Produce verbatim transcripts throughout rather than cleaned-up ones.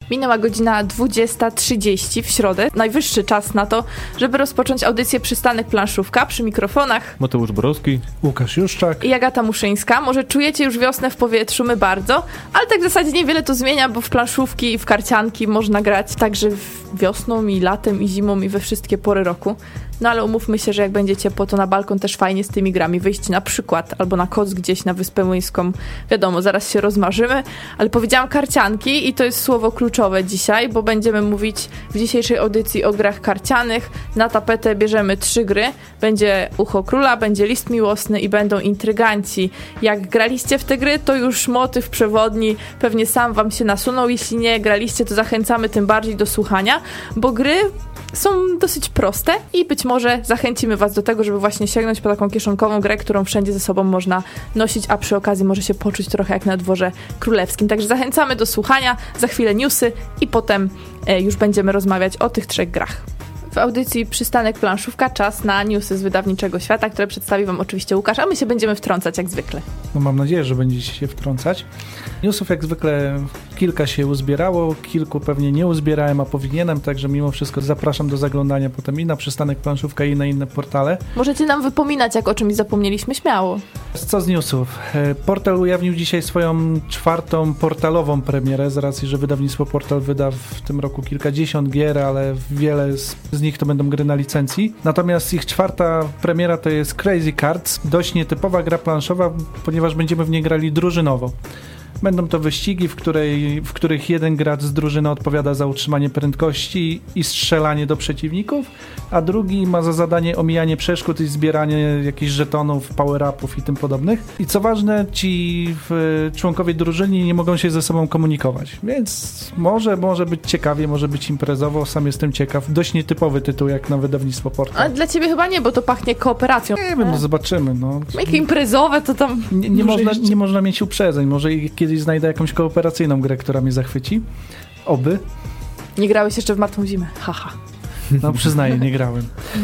Minęła godzina dwudziesta trzydzieści w środę. Najwyższy czas na to, żeby rozpocząć audycję Przystanek Planszówka. Przy mikrofonach Mateusz Borowski, Łukasz Juszczak i Agata Muszyńska. Może czujecie już wiosnę w powietrzu, my bardzo, ale tak w zasadzie niewiele to zmienia, bo w planszówki i w karcianki można grać także wiosną i latem i zimą i we wszystkie pory roku. No ale umówmy się, że jak będzie ciepło, to na balkon też fajnie z tymi grami wyjść na przykład, albo na koc gdzieś na Wyspę Młyńską. Wiadomo, zaraz się rozmarzymy, ale powiedziałam karcianki i to jest słowo kluczowe dzisiaj, bo będziemy mówić w dzisiejszej audycji o grach karcianych. Na tapetę bierzemy trzy gry. Będzie Ucho Króla, będzie List Miłosny i będą Intryganci. Jak graliście w te gry, to już motyw przewodni pewnie sam wam się nasunął. Jeśli nie graliście, to zachęcamy tym bardziej do słuchania, bo gry są dosyć proste i być może zachęcimy was do tego, żeby właśnie sięgnąć po taką kieszonkową grę, którą wszędzie ze sobą można nosić, a przy okazji może się poczuć trochę jak na dworze królewskim. Także zachęcamy do słuchania, za chwilę newsy i potem e, już będziemy rozmawiać o tych trzech grach. W audycji Przystanek Planszówka czas na newsy z wydawniczego świata, które przedstawi wam oczywiście Łukasz, a my się będziemy wtrącać jak zwykle. No mam nadzieję, że będziecie się wtrącać. Newsów jak zwykle kilka się uzbierało, kilku pewnie nie uzbierałem, a powinienem, także mimo wszystko zapraszam do zaglądania potem i na Przystanek Planszówka i na inne portale. Możecie nam wypominać, jak o czymś zapomnieliśmy, śmiało. Co z newsów? Portal ujawnił dzisiaj swoją czwartą portalową premierę, z racji, że wydawnictwo Portal wyda w tym roku kilkadziesiąt gier, ale wiele z, z nich to będą gry na licencji. Natomiast ich czwarta premiera to jest Crazy Cards, dość nietypowa gra planszowa, ponieważ będziemy w niej grali drużynowo. Będą to wyścigi, w, której, w których jeden gracz z drużyny odpowiada za utrzymanie prędkości i strzelanie do przeciwników, a drugi ma za zadanie omijanie przeszkód i zbieranie jakichś żetonów, power-upów i tym podobnych. I co ważne, ci w, członkowie drużyny nie mogą się ze sobą komunikować, więc może, może być ciekawie, może być imprezowo, sam jestem ciekaw. Dość nietypowy tytuł jak na wydawnictwo Portal. Ale dla ciebie chyba nie, bo to pachnie kooperacją. Nie wiem, no zobaczymy. No. Jakie imprezowe to tam... Nie, nie, można, nie można mieć uprzedzeń, może kiedyś znajdę jakąś kooperacyjną grę, która mnie zachwyci. Oby. Nie grałeś jeszcze w Martwą Zimę. Haha. No przyznaję, nie grałem.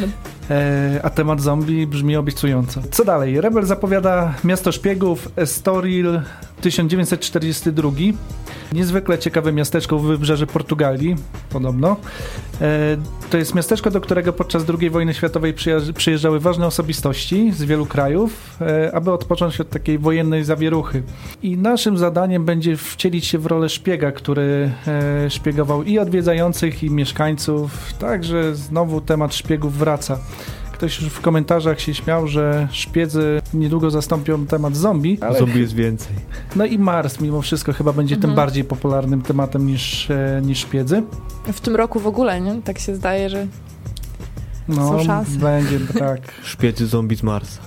E, a temat zombie brzmi obiecująco. Co dalej? Rebel zapowiada Miasto Szpiegów Estoril tysiąc dziewięćset czterdziesty drugi. Niezwykle ciekawe miasteczko w wybrzeży Portugalii, podobno. E, to jest miasteczko, do którego podczas drugiej wojny światowej przyjeżdż- przyjeżdżały ważne osobistości z wielu krajów, e, aby odpocząć od takiej wojennej zawieruchy. I naszym zadaniem będzie wcielić się w rolę szpiega, który e, szpiegował i odwiedzających, i mieszkańców. Także znowu temat szpiegów wraca. Ktoś już w komentarzach się śmiał, że szpiedzy niedługo zastąpią temat zombie. Ale zombie jest więcej. No i Mars mimo wszystko chyba będzie mhm. tym bardziej popularnym tematem niż, e, niż szpiedzy. W tym roku w ogóle, nie? Tak się zdaje, że no, są szanse. Będzie, tak. Szpiedzy zombie z Marsa.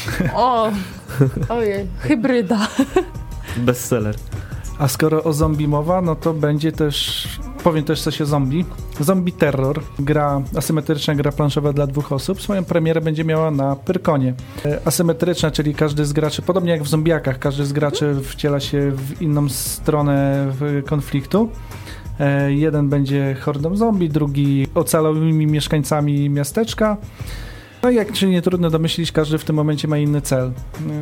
O, ojej, hybryda. Bestseller. A skoro o zombie mowa, no to będzie też, powiem też coś o zombie. Zombie Terror, gra asymetryczna, gra planszowa dla dwóch osób. Swoją premierę będzie miała na Pyrkonie. Asymetryczna, czyli każdy z graczy, podobnie jak w zombiakach, każdy z graczy wciela się w inną stronę konfliktu. Jeden będzie hordą zombie, drugi ocalałymi mieszkańcami miasteczka. No i jak się nie trudno domyślić, każdy w tym momencie ma inny cel.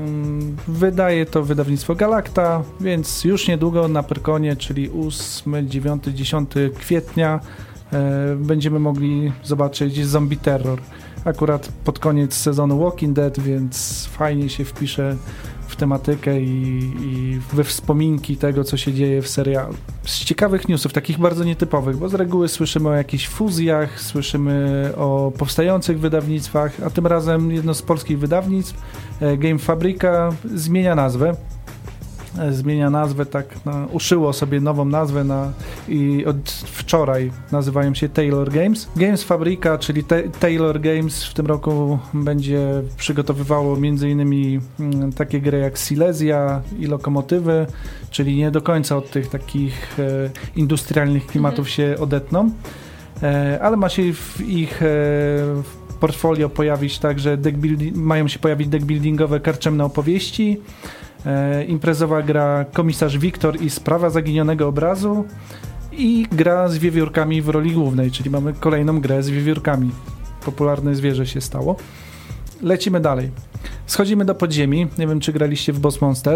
Wydaje to wydawnictwo Galacta, więc już niedługo na Pyrkonie, czyli ósmego, dziewiątego, dziesiątego kwietnia będziemy mogli zobaczyć Zombie Terror. Akurat pod koniec sezonu Walking Dead, więc fajnie się wpisze w tematykę i, i we wspominki tego, co się dzieje w serialu. Z ciekawych newsów, takich bardzo nietypowych, bo z reguły słyszymy o jakichś fuzjach, słyszymy o powstających wydawnictwach, a tym razem jedno z polskich wydawnictw, Game Fabrika, zmienia nazwę. Zmienia nazwę, tak na, uszyło sobie nową nazwę na, i od wczoraj nazywają się Taylor Games. Games Fabrika, czyli te, Taylor Games w tym roku będzie przygotowywało między innymi m, takie gry jak Silesia i Lokomotywy, czyli nie do końca od tych takich e, industrialnych klimatów mm-hmm. się odetną, e, ale ma się w ich e, w portfolio pojawić także deck building, mają się pojawić deckbuildingowe karczemne opowieści, E, imprezowa gra Komisarz Wiktor i Sprawa zaginionego obrazu i gra z wiewiórkami w roli głównej, czyli mamy kolejną grę z wiewiórkami. Popularne zwierzę się stało. Lecimy dalej. Schodzimy do podziemi. Nie wiem, czy graliście w Boss Monster.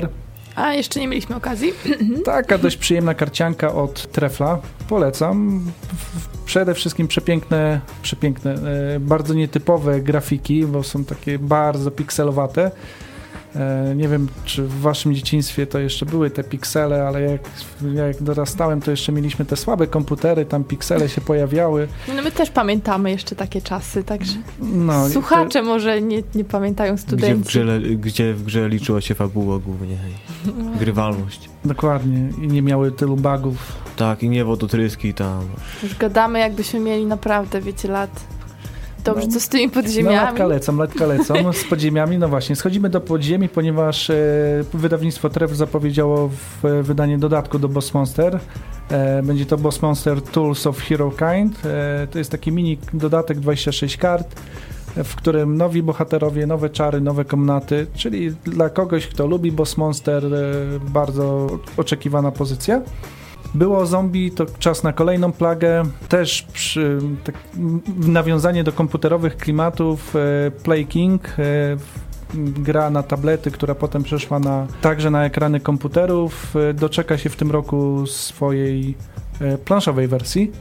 A, jeszcze nie mieliśmy okazji. Taka dość przyjemna karcianka od Trefla. Polecam. Przede wszystkim przepiękne, przepiękne, bardzo nietypowe grafiki, bo są takie bardzo pikselowate. Nie wiem, czy w waszym dzieciństwie to jeszcze były te piksele, ale jak, jak dorastałem, to jeszcze mieliśmy te słabe komputery, tam piksele się pojawiały. No my też pamiętamy jeszcze takie czasy, także no, słuchacze to... może nie, nie pamiętają, studenci. Gdzie w, grze, gdzie w grze liczyła się fabuła głównie i grywalność. Dokładnie. I nie miały tylu bugów. Tak, i nie wodotryski tam. Już gadamy, jakbyśmy mieli naprawdę, wiecie, lat... Dobrze, no, co z tymi podziemiami? No latka lecą, latka lecą. Z podziemiami, no właśnie, schodzimy do podziemi, ponieważ e, wydawnictwo Tref zapowiedziało w, wydanie dodatku do Boss Monster. E, będzie to Boss Monster Tools of Hero Kind. E, to jest taki mini dodatek, dwadzieścia sześć kart, w którym nowi bohaterowie, nowe czary, nowe komnaty, czyli dla kogoś, kto lubi Boss Monster, e, bardzo oczekiwana pozycja. Było zombie, to czas na kolejną plagę. Też przy, tak, nawiązanie do komputerowych klimatów. E, Play King, e, gra na tablety, która potem przeszła na, także na ekrany komputerów. E, doczeka się w tym roku swojej e, planszowej wersji.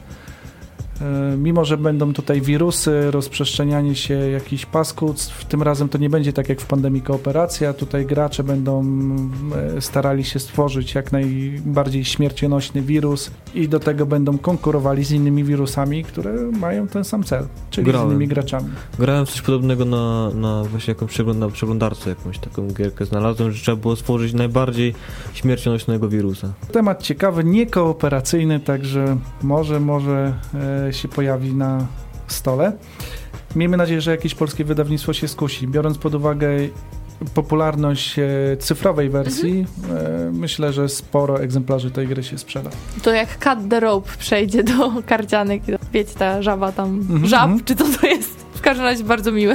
Mimo że będą tutaj wirusy, rozprzestrzenianie się jakichś paskudztw, tym razem to nie będzie tak jak w pandemii kooperacja. Tutaj gracze będą starali się stworzyć jak najbardziej śmiercionośny wirus i do tego będą konkurowali z innymi wirusami, które mają ten sam cel, czyli Grałem. z innymi graczami. Grałem coś podobnego na, na właśnie jakąś przegląd- na przeglądarce, jakąś taką gierkę znalazłem, że trzeba było stworzyć najbardziej śmiercionośnego wirusa. Temat ciekawy, niekooperacyjny, także może, może e, się pojawi na stole. Miejmy nadzieję, że jakieś polskie wydawnictwo się skusi. Biorąc pod uwagę popularność e, cyfrowej wersji, mhm. e, myślę, że sporo egzemplarzy tej gry się sprzeda. To jak Cut the Rope przejdzie do karcianek, wiecie, ta żaba tam, mhm. żab, czy to to jest? W każdym razie bardzo miłe.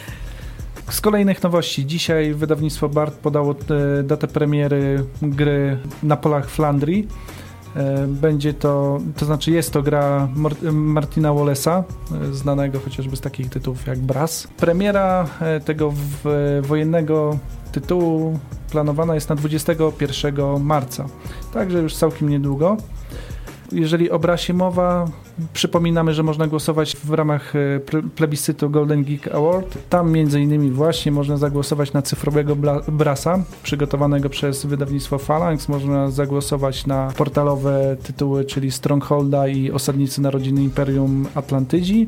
Z kolejnych nowości. Dzisiaj wydawnictwo Bard podało e, datę premiery gry Na polach Flandrii. Będzie to, to znaczy jest to gra Martina Wallace'a, znanego chociażby z takich tytułów jak Brass. Premiera tego w, wojennego tytułu planowana jest na dwudziestego pierwszego marca, także już całkiem niedługo. Jeżeli o Brassie mowa, przypominamy, że można głosować w ramach plebiscytu Golden Geek Award. Tam między innymi właśnie można zagłosować na cyfrowego Brassa, przygotowanego przez wydawnictwo Phalanx. Można zagłosować na portalowe tytuły, czyli Strongholda i Osadnicy Narodziny Imperium Atlantydzi.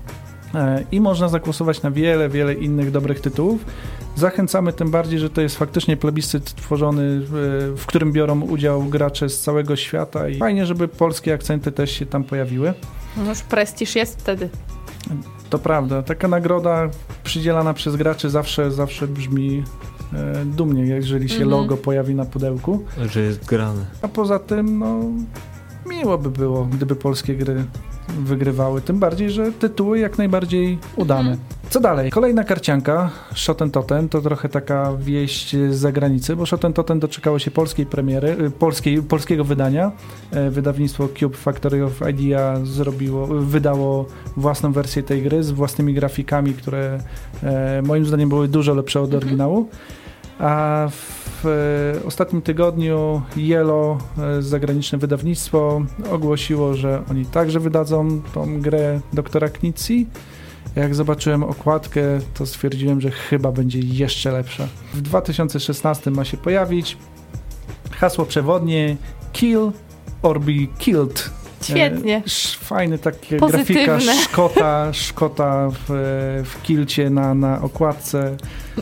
I można zagłosować na wiele, wiele innych dobrych tytułów. Zachęcamy tym bardziej, że to jest faktycznie plebiscyt tworzony, w którym biorą udział gracze z całego świata i fajnie, żeby polskie akcenty też się tam pojawiły. No już prestiż jest wtedy. To prawda. Taka nagroda przydzielana przez graczy zawsze, zawsze brzmi e, dumnie, jeżeli się mhm. logo pojawi na pudełku. Że jest grane. A poza tym, no, miło by było, gdyby polskie gry wygrywały, tym bardziej, że tytuły jak najbardziej udane. Mhm. Co dalej? Kolejna karcianka, Shoten Toten, to trochę taka wieść z zagranicy, bo Shoten Toten doczekało się polskiej premiery, polskiej, polskiego wydania. Wydawnictwo Cube Factory of Idea zrobiło, wydało własną wersję tej gry z własnymi grafikami, które e, moim zdaniem były dużo lepsze od oryginału. A w ostatnim tygodniu Yellow, zagraniczne wydawnictwo, ogłosiło, że oni także wydadzą tą grę doktora Knizzi. Jak zobaczyłem okładkę, to stwierdziłem, że chyba będzie jeszcze lepsza. W dwa tysiące szesnastym ma się pojawić. Hasło przewodnie Kill or be killed. Świetnie. Fajny taka Pozytywne. grafika Szkota, Szkota w, w kilcie na, na okładce.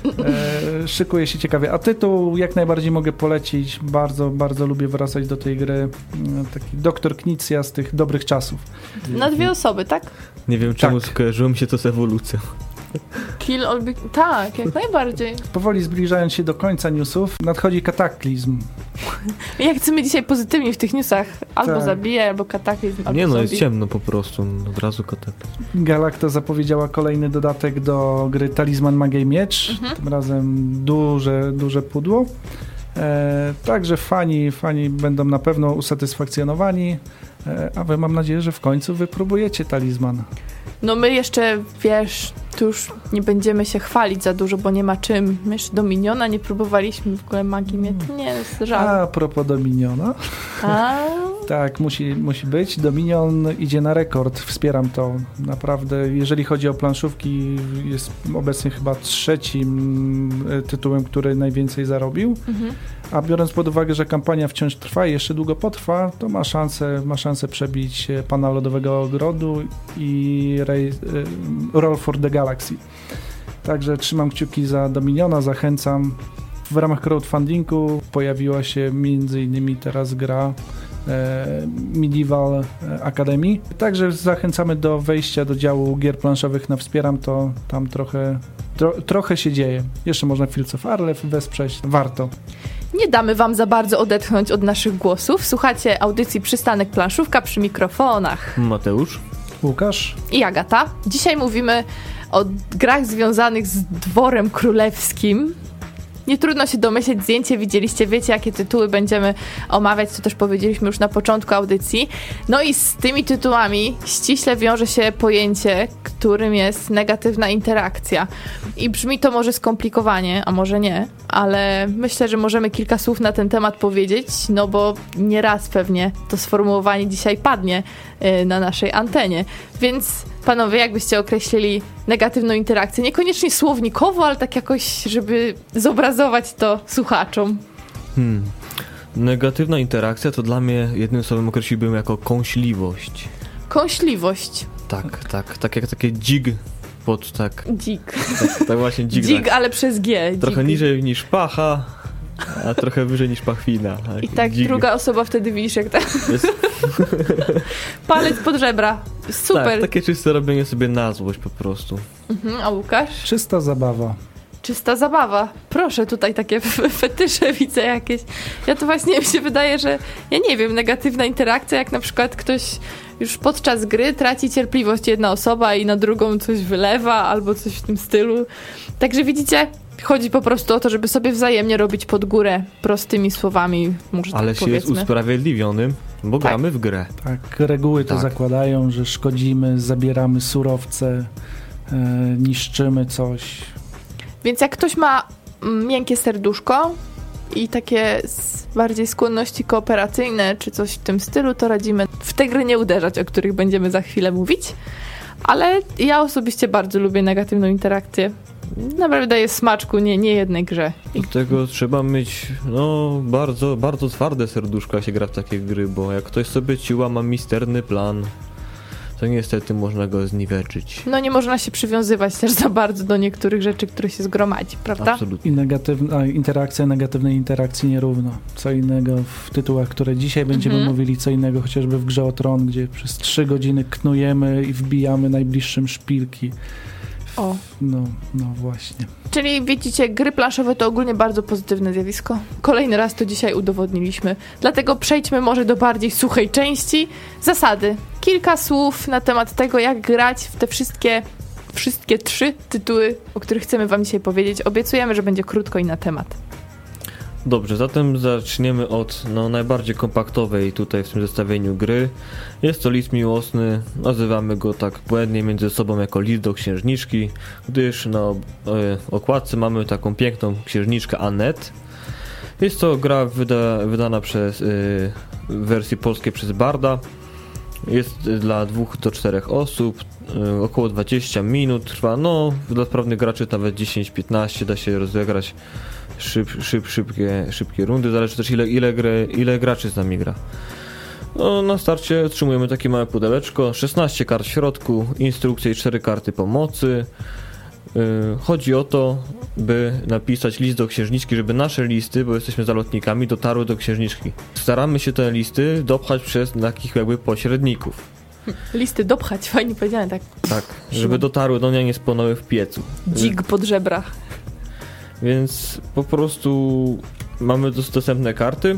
E, szykuje się ciekawie. A tytuł jak najbardziej mogę polecić. Bardzo, bardzo lubię wracać do tej gry. Taki doktor Knizia z tych dobrych czasów. Na dwie osoby, tak? Nie wiem czemu tak. skojarzyło mi się to z ewolucją. Kill or be... Tak, jak najbardziej. Powoli zbliżając się do końca newsów, nadchodzi kataklizm. Jak chcemy dzisiaj pozytywnie w tych newsach. Albo tak. zabije, albo kataklizm, albo Nie no, zombie. jest ciemno po prostu. Od razu kataklizm. Galacta zapowiedziała kolejny dodatek do gry Talizman Magia i Miecz. Mhm. Tym razem duże, duże pudło. E, także fani, fani będą na pewno usatysfakcjonowani. E, a wy mam nadzieję, że w końcu wypróbujecie Talizman. No my jeszcze, wiesz, Tu już nie będziemy się chwalić za dużo, bo nie ma czym. My jeszcze Dominiona nie próbowaliśmy, w ogóle magii mnie to nie jest żal. A propos Dominiona. A? Tak, musi, musi być. Dominion idzie na rekord, wspieram to. Naprawdę, jeżeli chodzi o planszówki, jest obecnie chyba trzecim tytułem, który najwięcej zarobił. Mhm. A biorąc pod uwagę, że kampania wciąż trwa i jeszcze długo potrwa, to ma szansę, ma szansę przebić Pana Lodowego Ogrodu i Ray, Roll for the Galaxy. Także trzymam kciuki za Dominiona, zachęcam. W ramach crowdfundingu pojawiła się między innymi teraz gra e, Medieval Academy. Także zachęcamy do wejścia do działu gier planszowych na Wspieram, to tam trochę, tro, trochę się dzieje. Jeszcze można Fields of Arlew wesprzeć, warto. Nie damy wam za bardzo odetchnąć od naszych głosów. Słuchacie audycji Przystanek Planszówka przy mikrofonach Mateusz, Łukasz i Agata. Dzisiaj mówimy o grach związanych z dworem królewskim. Nie trudno się domyśleć, zdjęcie widzieliście, wiecie jakie tytuły będziemy omawiać, to też powiedzieliśmy już na początku audycji. No i z tymi tytułami ściśle wiąże się pojęcie, którym jest negatywna interakcja. I brzmi to może skomplikowanie, a może nie, ale myślę, że możemy kilka słów na ten temat powiedzieć, no bo nieraz pewnie to sformułowanie dzisiaj padnie yy, na naszej antenie. Więc panowie, jakbyście określili negatywną interakcję? Niekoniecznie słownikowo, ale tak jakoś, żeby zobrazować to słuchaczom. Hmm. Negatywna interakcja to dla mnie jednym słowem określiłbym jako kąśliwość. Kąśliwość. Tak, tak, tak jak takie dzik pod tak... Dzik. Tak, tak właśnie dzik. Dzik, tak. ale przez G. Trochę dzik. niżej niż pacha, a trochę wyżej niż pachwina. Tak, I tak dzik. druga osoba wtedy widzisz, jak tak... Jest... Palec pod żebra. Super. Tak, takie czyste robienie sobie na złość po prostu. Mhm, a Łukasz? Czysta zabawa. Czysta zabawa. Proszę, tutaj takie fetysze widzę jakieś. Ja to właśnie mi się wydaje, że ja nie wiem, negatywna interakcja, jak na przykład ktoś już podczas gry traci cierpliwość jedna osoba i na drugą coś wylewa albo coś w tym stylu. Także widzicie, chodzi po prostu o to, żeby sobie wzajemnie robić pod górę prostymi słowami, może Ale tak się powiedzmy. jest usprawiedliwionym, bo Tak. gramy w grę. Tak, reguły to Tak. zakładają, że szkodzimy, zabieramy surowce, e, niszczymy coś. Więc jak ktoś ma mm, miękkie serduszko i takie s- bardziej skłonności kooperacyjne, czy coś w tym stylu, to radzimy w te gry nie uderzać, o których będziemy za chwilę mówić. Ale ja osobiście bardzo lubię negatywną interakcję. Naprawdę daje smaczku nie, nie jednej grze. I Do tego trzeba mieć no bardzo, bardzo twarde serduszko, jak się gra w takie gry, bo jak ktoś sobie ci łama misterny plan, to niestety można go zniweczyć. no nie można się przywiązywać też za bardzo do niektórych rzeczy, które się zgromadzi, prawda? Absolutnie. I negatywna interakcja negatywnej interakcji nierówno. Co innego w tytułach, które dzisiaj będziemy Mhm. mówili, co innego chociażby w Grze o Tron, gdzie przez trzy godziny knujemy i wbijamy najbliższym szpilki. O. No, no właśnie. Czyli widzicie, gry planszowe to ogólnie bardzo pozytywne zjawisko. Kolejny raz to dzisiaj udowodniliśmy. Dlatego przejdźmy może do bardziej suchej części. Zasady. Kilka słów na temat tego, jak grać w te wszystkie, wszystkie trzy tytuły, o których chcemy wam dzisiaj powiedzieć. Obiecujemy, że będzie krótko i na temat. Dobrze, zatem zaczniemy od no, najbardziej kompaktowej tutaj w tym zestawieniu gry. Jest to list miłosny, nazywamy go tak błędnie między sobą jako list do księżniczki, gdyż na e, okładce mamy taką piękną księżniczkę Annette. Jest to gra wyda, wydana przez e, w wersji polskiej przez Barda. Jest dla dwóch do czterech osób, e, około dwadzieścia minut trwa, no dla sprawnych graczy nawet dziesięć piętnaście da się rozegrać. Szyb, szyb, szybkie, szybkie rundy, zależy też ile, ile, gry, ile graczy z nami gra. No, na starcie otrzymujemy takie małe pudełeczko, szesnaście kart w środku, instrukcje i cztery karty pomocy. Yy, chodzi o to, by napisać list do księżniczki, żeby nasze listy, bo jesteśmy zalotnikami, dotarły do księżniczki. Staramy się te listy dopchać przez takich jakby pośredników. Listy dopchać, fajnie powiedziane, tak. Tak, żeby dotarły do niej, nie spłonęły w piecu. Dzik pod żebrach. Więc po prostu mamy dostępne karty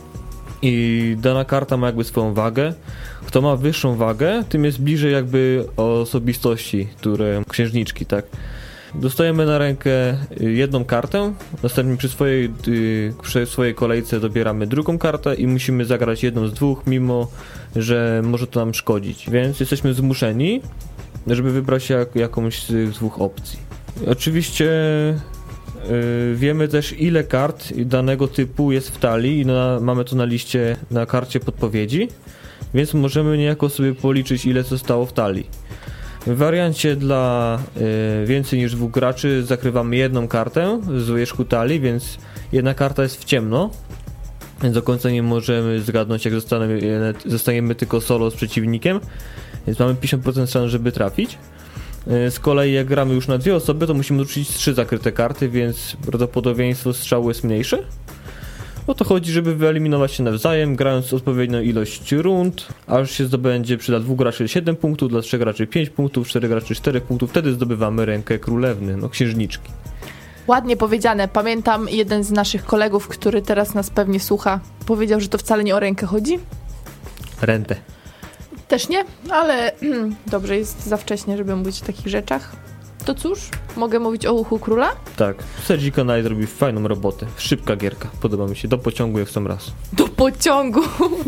i dana karta ma jakby swoją wagę. Kto ma wyższą wagę, tym jest bliżej jakby osobistości, które księżniczki, tak. Dostajemy na rękę jedną kartę, następnie przy swojej, przy swojej kolejce dobieramy drugą kartę i musimy zagrać jedną z dwóch, mimo że może to nam szkodzić. Więc jesteśmy zmuszeni żeby wybrać jak, jakąś z tych dwóch opcji. Oczywiście yy, wiemy też, ile kart danego typu jest w talii i na, mamy to na liście, na karcie podpowiedzi, więc możemy niejako sobie policzyć, ile zostało w talii. W wariancie dla y, więcej niż dwóch graczy zakrywamy jedną kartę z wierzchu talii, więc jedna karta jest w ciemno, więc do końca nie możemy zgadnąć, jak zostaniemy, zostaniemy tylko solo z przeciwnikiem, więc mamy pięćdziesiąt procent szans, żeby trafić. Y, z kolei jak gramy już na dwie osoby, to musimy dorzucić trzy zakryte karty, więc prawdopodobieństwo strzału jest mniejsze. O to chodzi, żeby wyeliminować się nawzajem, grając odpowiednią ilość rund, aż się zdobędzie przy dla dwóch graczy siedem punktów, dla trzech graczy pięć punktów, czterech graczy cztery punktów, wtedy zdobywamy rękę królewny, no księżniczki. Ładnie powiedziane. Pamiętam, jeden z naszych kolegów, który teraz nas pewnie słucha, powiedział, że to wcale nie o rękę chodzi. Rentę. Też nie, ale dobrze, jest za wcześnie, żeby mówić o takich rzeczach. To cóż, mogę mówić o Uchu Króla? Tak, Seiji Kanai zrobił fajną robotę. Szybka gierka, podoba mi się. Do pociągu jak w sam raz. Do pociągu!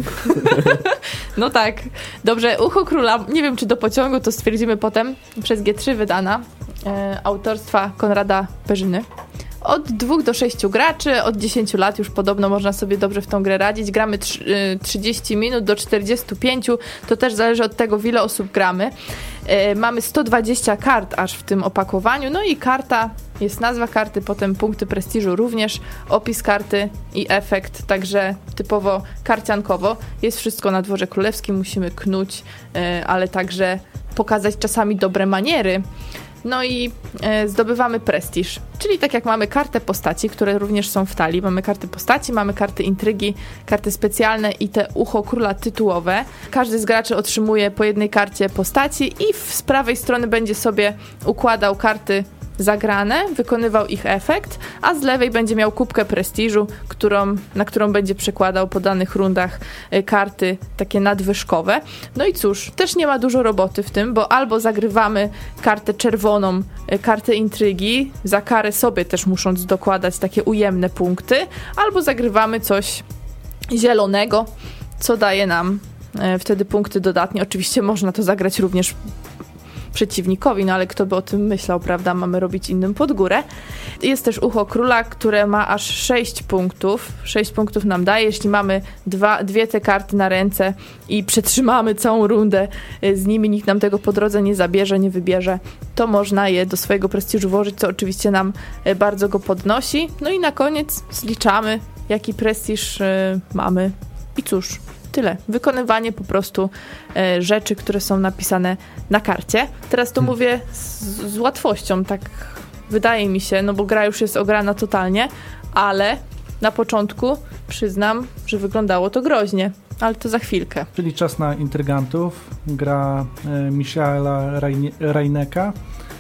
No tak. Dobrze, Ucho Króla, nie wiem czy do pociągu, to stwierdzimy potem, przez G trzy wydana, e, autorstwa Konrada Perzyny. Od dwóch do sześciu graczy, od dziesięciu lat już podobno można sobie dobrze w tą grę radzić. Gramy trzydzieści minut do czterdziestu pięciu, to też zależy od tego, w ile osób gramy. Yy, mamy sto dwadzieścia kart aż w tym opakowaniu, no i karta, jest nazwa karty, potem punkty prestiżu również, opis karty i efekt, także typowo karciankowo. Jest wszystko na dworze królewskim, musimy knuć, yy, ale także pokazać czasami dobre maniery. No i e, zdobywamy prestiż, czyli tak jak mamy kartę postaci, które również są w talii, mamy karty postaci, mamy karty intrygi, karty specjalne i te Ucho Króla tytułowe. Każdy z graczy otrzymuje po jednej karcie postaci i w, z prawej strony będzie sobie układał karty zagrane, wykonywał ich efekt, a z lewej będzie miał kubkę prestiżu, którą, na którą będzie przekładał po danych rundach y, karty takie nadwyżkowe. No i cóż, też nie ma dużo roboty w tym, bo albo zagrywamy kartę czerwoną, y, kartę intrygi, za karę sobie też musząc dokładać takie ujemne punkty, albo zagrywamy coś zielonego, co daje nam y, wtedy punkty dodatnie. Oczywiście można to zagrać również przeciwnikowi, no ale kto by o tym myślał, prawda? Mamy robić innym pod górę. Jest też Ucho Króla, które ma aż sześć punktów. sześć punktów nam daje, jeśli mamy dwa, dwie te karty na ręce i przetrzymamy całą rundę z nimi, nikt nam tego po drodze nie zabierze, nie wybierze, to można je do swojego prestiżu włożyć, co oczywiście nam bardzo go podnosi. No i na koniec zliczamy, jaki prestiż mamy. I cóż, tyle. Wykonywanie po prostu e, rzeczy, które są napisane na karcie. Teraz to hmm. mówię z, z łatwością, tak wydaje mi się, no bo gra już jest ograna totalnie, ale na początku przyznam, że wyglądało to groźnie, ale to za chwilkę. Czyli czas na intrygantów. Gra e, Michaela Reineka,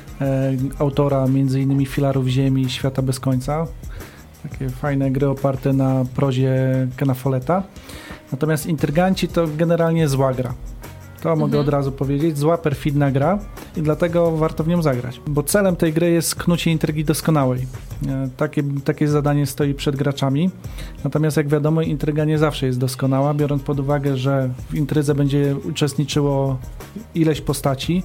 e, autora między innymi Filarów Ziemi i Świata bez końca. Takie fajne gry oparte na prozie Kena Folletta. Natomiast intryganci to generalnie zła gra. To mogę mhm. od razu powiedzieć. Zła, perfidna gra i dlatego warto w nią zagrać. Bo celem tej gry jest knucie intrygi doskonałej. Takie, takie zadanie stoi przed graczami. Natomiast jak wiadomo, intryga nie zawsze jest doskonała, biorąc pod uwagę, że w intrydze będzie uczestniczyło ileś postaci.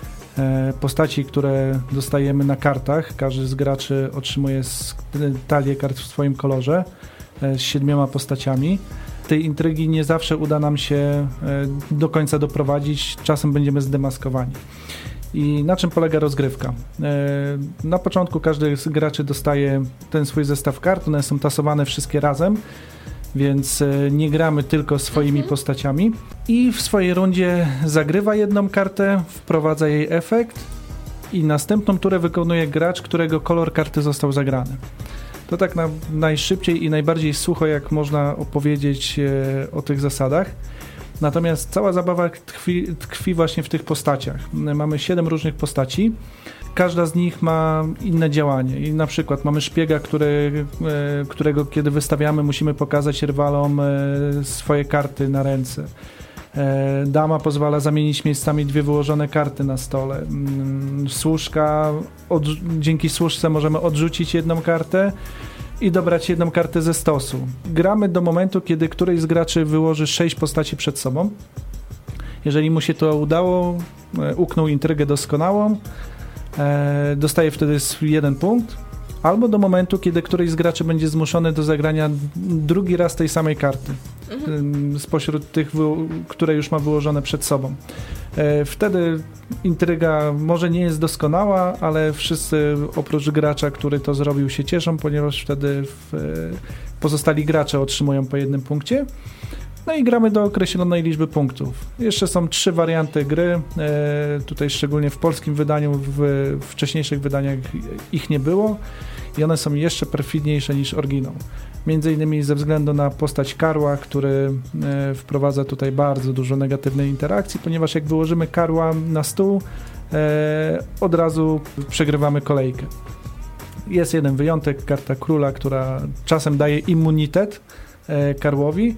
Postaci, które dostajemy na kartach. Każdy z graczy otrzymuje talię kart w swoim kolorze z siedmioma postaciami. Tej intrygi nie zawsze uda nam się do końca doprowadzić, czasem będziemy zdemaskowani. I na czym polega rozgrywka? Na początku każdy z graczy dostaje ten swój zestaw kart, one są tasowane wszystkie razem, więc nie gramy tylko swoimi mhm. postaciami i w swojej rundzie zagrywa jedną kartę, wprowadza jej efekt i następną turę wykonuje gracz, którego kolor karty został zagrany. To tak na, najszybciej i najbardziej sucho, jak można opowiedzieć e, o tych zasadach. Natomiast cała zabawa tkwi, tkwi właśnie w tych postaciach. Mamy siedem różnych postaci. Każda z nich ma inne działanie. I na przykład mamy szpiega, który, e, którego kiedy wystawiamy, musimy pokazać rywalom e, swoje karty na ręce. E, dama pozwala zamienić miejscami dwie wyłożone karty na stole. Mm, służka, od, dzięki służce możemy odrzucić jedną kartę i dobrać jedną kartę ze stosu. Gramy do momentu, kiedy któryś z graczy wyłoży sześć postaci przed sobą. Jeżeli mu się to udało, uknął intrygę doskonałą, dostaje wtedy jeden punkt, albo do momentu, kiedy któryś z graczy będzie zmuszony do zagrania drugi raz tej samej karty mhm. spośród tych, które już ma wyłożone przed sobą. Wtedy intryga może nie jest doskonała, ale wszyscy oprócz gracza, który to zrobił, się cieszą, ponieważ wtedy pozostali gracze otrzymują po jednym punkcie. No i gramy do określonej liczby punktów. Jeszcze są trzy warianty gry. E, tutaj szczególnie w polskim wydaniu, w wcześniejszych wydaniach ich nie było i one są jeszcze perfidniejsze niż oryginał. Między innymi ze względu na postać Karła, który e, wprowadza tutaj bardzo dużo negatywnej interakcji, ponieważ jak wyłożymy Karła na stół, e, od razu przegrywamy kolejkę. Jest jeden wyjątek, karta Króla, która czasem daje immunitet e, Karłowi,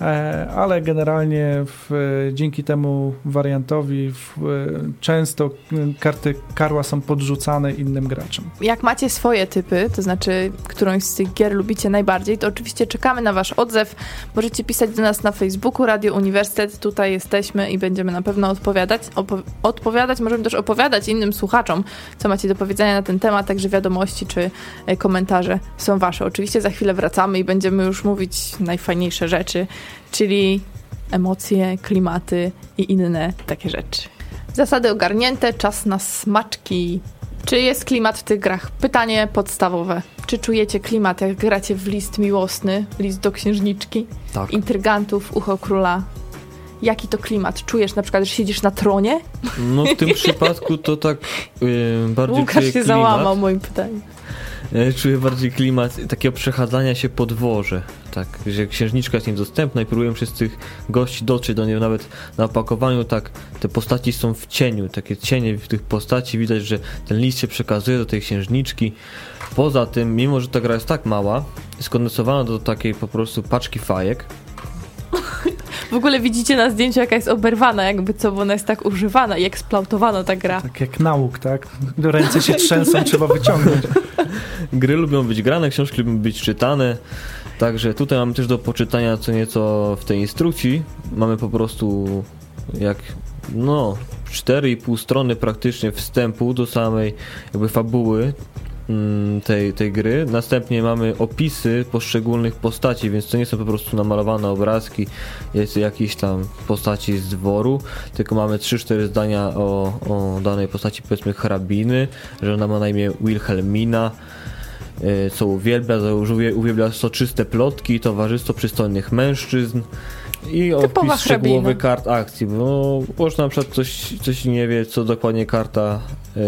ale generalnie w, dzięki temu wariantowi w, często karty Karła są podrzucane innym graczom. Jak macie swoje typy, to znaczy którąś z tych gier lubicie najbardziej, to oczywiście czekamy na wasz odzew. Możecie pisać do nas na Facebooku Radio Uniwersytet, tutaj jesteśmy i będziemy na pewno odpowiadać. Opo- odpowiadać, możemy też opowiadać innym słuchaczom, co macie do powiedzenia na ten temat, także wiadomości czy komentarze są wasze. Oczywiście za chwilę wracamy i będziemy już mówić najfajniejsze rzeczy, czyli emocje, klimaty i inne takie rzeczy. Zasady ogarnięte, czas na smaczki. Czy jest klimat w tych grach? Pytanie podstawowe. Czy czujecie klimat, jak gracie w list miłosny, list do księżniczki, tak. Intrygantów, Ucho Króla? Jaki to klimat? Czujesz na przykład, że siedzisz na tronie? No w tym przypadku to tak yy, bardziej Łukasz się klimat. załamał moim pytaniem. Ja czuję bardziej klimat takiego przechadzania się po dworze, tak, że księżniczka jest niedostępna i próbują przez tych gości dotrzeć do niej, nawet na opakowaniu tak te postaci są w cieniu, takie cienie w tych postaci, widać, że ten list się przekazuje do tej księżniczki. Poza tym, mimo że ta gra jest tak mała, skondensowana do takiej po prostu paczki fajek. W ogóle widzicie na zdjęciu, jaka jest oberwana, jakby co, bo ona jest tak używana i eksploatowana ta gra. Tak jak nauk, tak? Ręce się trzęsą, trzeba wyciągnąć. Gry lubią być grane, książki lubią być czytane, także tutaj mamy też do poczytania co nieco w tej instrukcji. Mamy po prostu jak, no, cztery i pół strony praktycznie wstępu do samej jakby fabuły tej, tej gry. Następnie mamy opisy poszczególnych postaci, więc to nie są po prostu namalowane obrazki, jest jakieś tam postaci z dworu, tylko mamy trzy cztery zdania o, o danej postaci, powiedzmy hrabiny, że ona ma na imię Wilhelmina, co uwielbia, uwielbia soczyste plotki, towarzystwo przystojnych mężczyzn i typowa opis szczegółowy hrabina. kart akcji, bo można na przykład coś, coś nie wie, co dokładnie karta,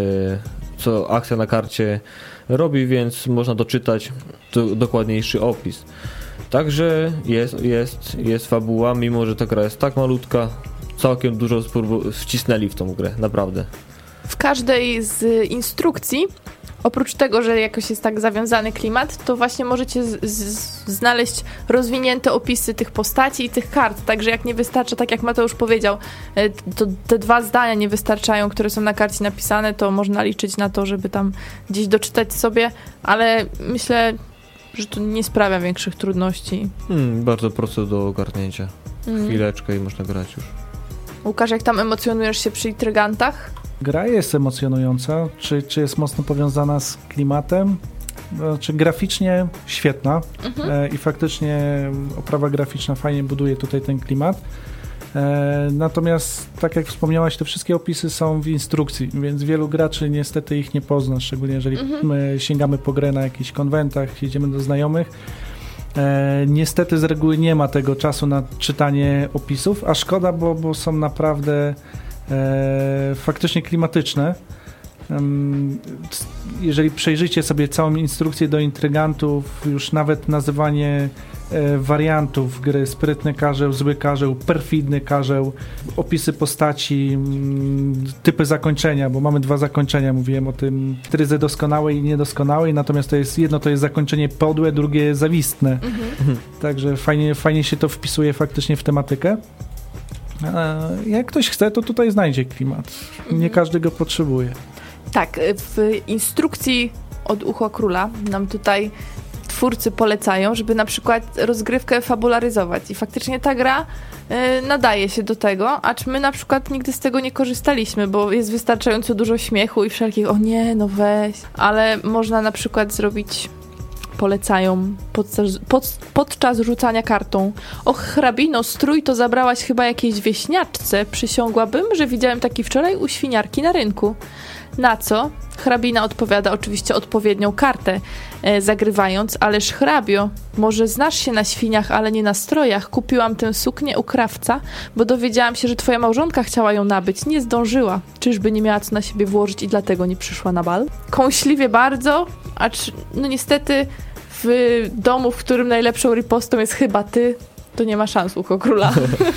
co akcja na karcie robi, więc można doczytać do, dokładniejszy opis. Także jest, jest, jest fabuła, mimo że ta gra jest tak malutka, całkiem dużo wcisnęli w tą grę, naprawdę. W każdej z instrukcji, oprócz tego, że jakoś jest tak zawiązany klimat, to właśnie możecie z- z- znaleźć rozwinięte opisy tych postaci i tych kart, także jak nie wystarcza, tak jak Mateusz powiedział, to te dwa zdania nie wystarczają, które są na karcie napisane, to można liczyć na to, żeby tam gdzieś doczytać sobie, ale myślę, że to nie sprawia większych trudności. Hmm, bardzo proste do ogarnięcia. Mm. Chwileczkę i można grać już. Łukasz, jak tam emocjonujesz się przy intrygantach? Gra jest emocjonująca, czy, czy jest mocno powiązana z klimatem, znaczy graficznie świetna mhm. e, i faktycznie oprawa graficzna fajnie buduje tutaj ten klimat. E, natomiast, tak jak wspomniałaś, te wszystkie opisy są w instrukcji, więc wielu graczy niestety ich nie pozna, szczególnie jeżeli mhm. my sięgamy po grę na jakichś konwentach, jedziemy do znajomych. E, niestety z reguły nie ma tego czasu na czytanie opisów, a szkoda, bo, bo są naprawdę E, faktycznie klimatyczne. Um, jeżeli przejrzycie sobie całą instrukcję do intrygantów, już nawet nazywanie e, wariantów gry, sprytny karzeł, zły karzeł, perfidny karzeł, opisy postaci, m, typy zakończenia, bo mamy dwa zakończenia, mówiłem o tym tryze doskonałej i niedoskonałej, natomiast to jest jedno to jest zakończenie podłe, drugie zawistne. Mhm. Także fajnie, fajnie się to wpisuje faktycznie w tematykę. Jak ktoś chce, to tutaj znajdzie klimat. Nie każdy go potrzebuje. Tak, w instrukcji od Ucha Króla nam tutaj twórcy polecają, żeby na przykład rozgrywkę fabularyzować i faktycznie ta gra y, nadaje się do tego, acz my na przykład nigdy z tego nie korzystaliśmy, bo jest wystarczająco dużo śmiechu i wszelkich o nie, no weź, ale można na przykład zrobić, polecają podczas, pod, podczas rzucania kartą. Och, hrabino, strój to zabrałaś chyba jakiejś wieśniaczce. Przysiągłabym, że widziałem taki wczoraj u świniarki na rynku. Na co hrabina odpowiada oczywiście odpowiednią kartę, e, zagrywając, ależ hrabio, może znasz się na świniach, ale nie na strojach. Kupiłam tę suknię u krawca, bo dowiedziałam się, że twoja małżonka chciała ją nabyć. Nie zdążyła. Czyżby nie miała co na siebie włożyć i dlatego nie przyszła na bal? Kąśliwie bardzo, acz no niestety w domu, w którym najlepszą ripostą jest chyba ty, to nie ma szans Ucho Króla.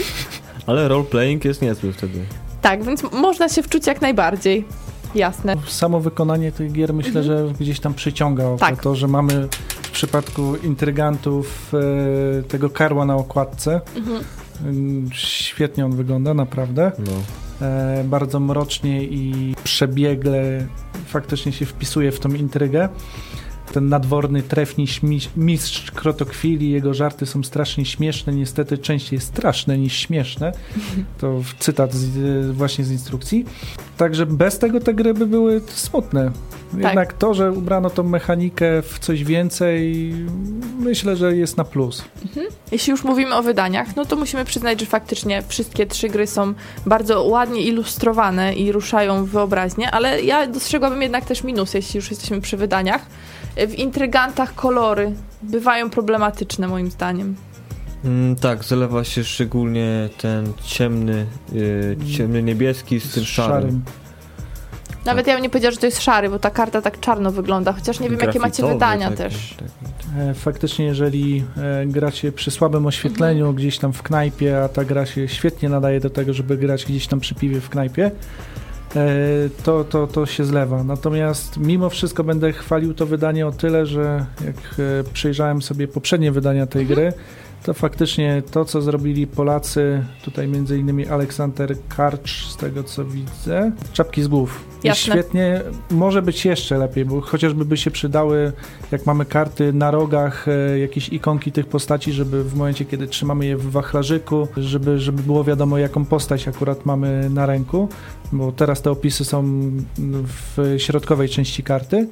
Ale roleplaying jest niezły wtedy. Tak, więc można się wczuć jak najbardziej. Jasne. Samo wykonanie tych gier myślę, mhm. że gdzieś tam przyciąga tak. to, że mamy w przypadku intrygantów e, tego karła na okładce. Mhm. Świetnie on wygląda, naprawdę. No. E, bardzo mrocznie i przebiegle faktycznie się wpisuje w tą intrygę. Ten nadworny trefniś mistrz Krotokwili, jego żarty są strasznie śmieszne, niestety częściej straszne niż śmieszne. To cytat z, właśnie z instrukcji. Także bez tego te gry by były smutne. Jednak tak. to, że ubrano tą mechanikę w coś więcej, myślę, że jest na plus. Mhm. Jeśli już mówimy o wydaniach, no to musimy przyznać, że faktycznie wszystkie trzy gry są bardzo ładnie ilustrowane i ruszają w wyobraźnię, ale ja dostrzegłabym jednak też minusy, jeśli już jesteśmy przy wydaniach. W intrygantach kolory bywają problematyczne moim zdaniem. Mm, tak, zalewa się szczególnie ten ciemny, yy, ciemny niebieski z tym szarym. szarym. Nawet tak. ja bym nie powiedziała, że to jest szary, bo ta karta tak czarno wygląda, chociaż nie wiem, jakie macie wydania taki, też. Taki, taki. Faktycznie, jeżeli gracie przy słabym oświetleniu mhm. gdzieś tam w knajpie, a ta gra się świetnie nadaje do tego, żeby grać gdzieś tam przy piwie w knajpie, To, to, to się zlewa. Natomiast mimo wszystko będę chwalił to wydanie o tyle, że jak przejrzałem sobie poprzednie wydania tej mhm. gry, to faktycznie to, co zrobili Polacy, tutaj między innymi Aleksander Karcz, z tego co widzę, czapki z głów. Jest świetnie, może być jeszcze lepiej, bo chociażby by się przydały, jak mamy karty na rogach, jakieś ikonki tych postaci, żeby w momencie, kiedy trzymamy je w wachlarzyku, żeby, żeby było wiadomo, jaką postać akurat mamy na ręku, bo teraz te opisy są w środkowej części karty.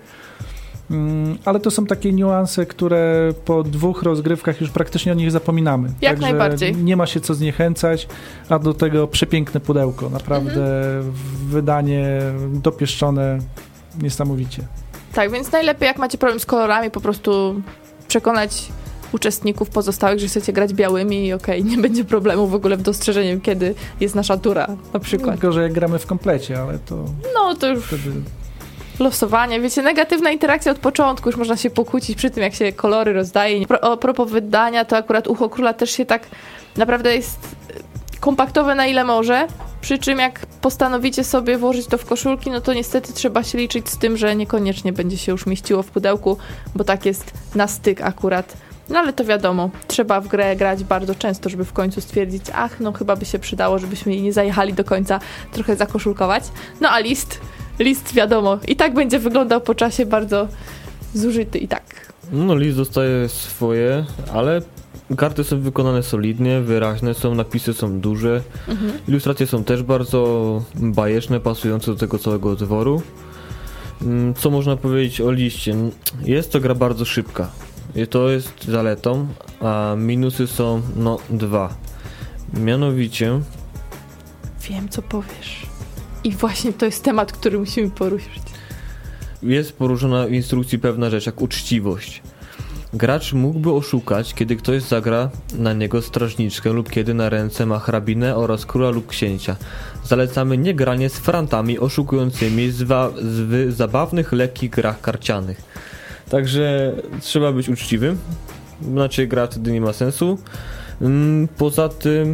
Ale to są takie niuanse, które po dwóch rozgrywkach już praktycznie o nich zapominamy. Jak Także najbardziej. Nie ma się co zniechęcać, a do tego przepiękne pudełko. Naprawdę mhm. wydanie dopieszczone niesamowicie. Tak, więc najlepiej jak macie problem z kolorami, po prostu przekonać uczestników pozostałych, że chcecie grać białymi i okej, okay, nie będzie problemu w ogóle w dostrzeżeniu, kiedy jest nasza tura na przykład. Tylko, że jak gramy w komplecie, ale to... No to już... Wtedy... Losowanie, wiecie, negatywna interakcja od początku, już można się pokłócić przy tym, jak się kolory rozdaje. A propos wydania, to akurat Ucho Króla też się tak naprawdę jest kompaktowe na ile może, przy czym jak postanowicie sobie włożyć to w koszulki, no to niestety trzeba się liczyć z tym, że niekoniecznie będzie się już mieściło w pudełku, bo tak jest na styk akurat. No ale to wiadomo, trzeba w grę grać bardzo często, żeby w końcu stwierdzić, ach, no chyba by się przydało, żebyśmy jej nie zajechali do końca, trochę zakoszulkować. No a list... List, wiadomo, i tak będzie wyglądał po czasie bardzo zużyty i tak. No, list dostaje swoje, ale karty są wykonane solidnie, wyraźne są, napisy są duże, mhm. ilustracje są też bardzo bajeczne, pasujące do tego całego dworu. Co można powiedzieć o liście? Jest to gra bardzo szybka. I to jest zaletą, a minusy są, no, dwa. Mianowicie... Wiem, co powiesz. I właśnie to jest temat, który musimy poruszyć. Jest poruszona w instrukcji pewna rzecz, jak uczciwość. Gracz mógłby oszukać, kiedy ktoś zagra na niego strażniczkę lub kiedy na ręce ma hrabinę oraz króla lub księcia. Zalecamy nie granie z frantami oszukującymi w zabawnych, lekkich grach karcianych. Także trzeba być uczciwym, znaczy gra wtedy nie ma sensu. Poza tym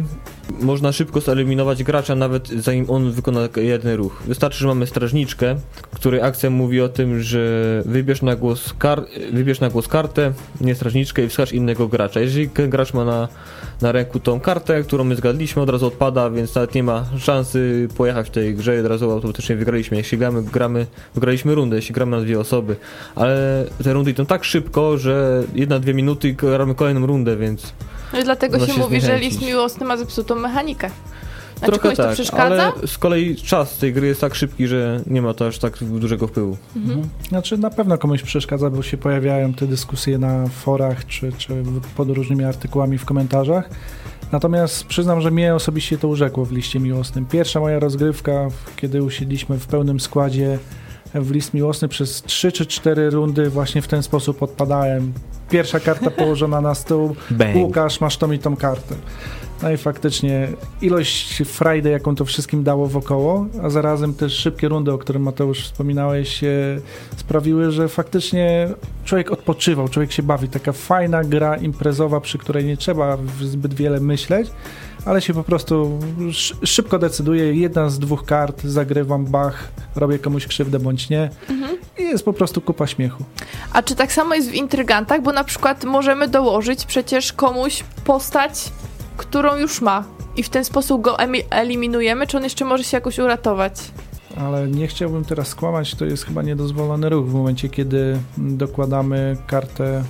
Można szybko zeliminować gracza, nawet zanim on wykona jeden ruch. Wystarczy, że mamy strażniczkę, której akcja mówi o tym, że wybierz na głos, kar- wybierz na głos kartę, nie strażniczkę i wskaż innego gracza. Jeżeli gracz ma na, na ręku tą kartę, którą my zgadliśmy, od razu odpada, więc nawet nie ma szansy pojechać w tej grze i od razu automatycznie wygraliśmy. Jeśli gramy, gramy, wygraliśmy rundę, jeśli gramy na dwie osoby, ale te rundy idą tak szybko, że jedna, dwie minuty i gramy kolejną rundę, więc... No i dlatego się, się mówi, że zniechęcić. list miłosny ma zepsutą mechanikę. Znaczy, Trochę komuś tak, to przeszkadza? ale z kolei czas tej gry jest tak szybki, że nie ma to aż tak dużego wpływu. Mhm. Znaczy na pewno komuś przeszkadza, bo się pojawiają te dyskusje na forach, czy, czy pod różnymi artykułami w komentarzach. Natomiast przyznam, że mnie osobiście to urzekło w liście miłosnym. Pierwsza moja rozgrywka, kiedy usiedliśmy w pełnym składzie w list miłosny, przez trzy czy cztery rundy właśnie w ten sposób odpadałem. Pierwsza karta położona na stół, Bang. Łukasz, masz tą i tą kartę. No i faktycznie ilość frajdy, jaką to wszystkim dało wokoło, a zarazem też szybkie rundy, o którym Mateusz wspominałeś, e, sprawiły, że faktycznie człowiek odpoczywał, człowiek się bawi. Taka fajna gra imprezowa, przy której nie trzeba zbyt wiele myśleć, ale się po prostu sz- szybko decyduje. Jedna z dwóch kart, zagrywam, bach, robię komuś krzywdę bądź nie. Mhm. I jest po prostu kupa śmiechu. A czy tak samo jest w intrygantach? Bo na przykład możemy dołożyć przecież komuś postać, którą już ma i w ten sposób go emi- eliminujemy, czy on jeszcze może się jakoś uratować? Ale nie chciałbym teraz skłamać, to jest chyba niedozwolony ruch w momencie, kiedy dokładamy kartę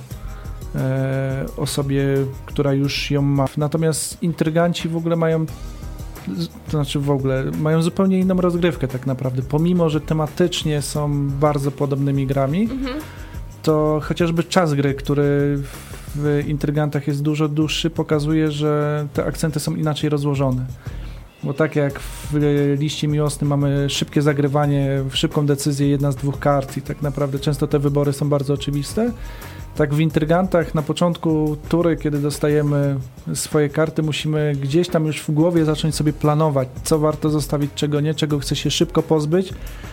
e, osobie, która już ją ma. Natomiast intryganci w ogóle mają, to znaczy w ogóle, mają zupełnie inną rozgrywkę tak naprawdę. Pomimo, że tematycznie są bardzo podobnymi grami, Mhm. to chociażby czas gry, który w intrygantach jest dużo dłuższy, pokazuje, że te akcenty są inaczej rozłożone. Bo tak jak w liście miłosnym mamy szybkie zagrywanie, szybką decyzję, jedna z dwóch kart i tak naprawdę często te wybory są bardzo oczywiste, tak w intrygantach na początku tury, kiedy dostajemy swoje karty, musimy gdzieś tam już w głowie zacząć sobie planować, co warto zostawić, czego nie, czego chce się szybko pozbyć.